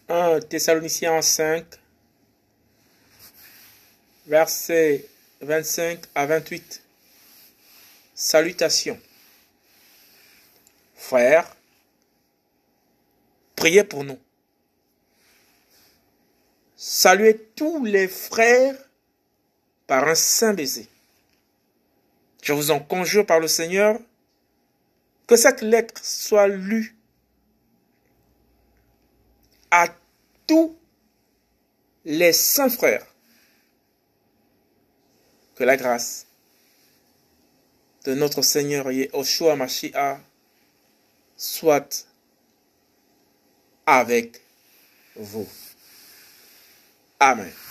1 Thessaloniciens 5, versets 25 à 28. Salutations. Frères, priez pour nous. Saluez tous les frères par un saint baiser. Je vous en conjure par le Seigneur que cette lettre soit lue à tous les saints frères. Que la grâce de notre Seigneur Yehoshua Mashiach soit avec vous. Amen.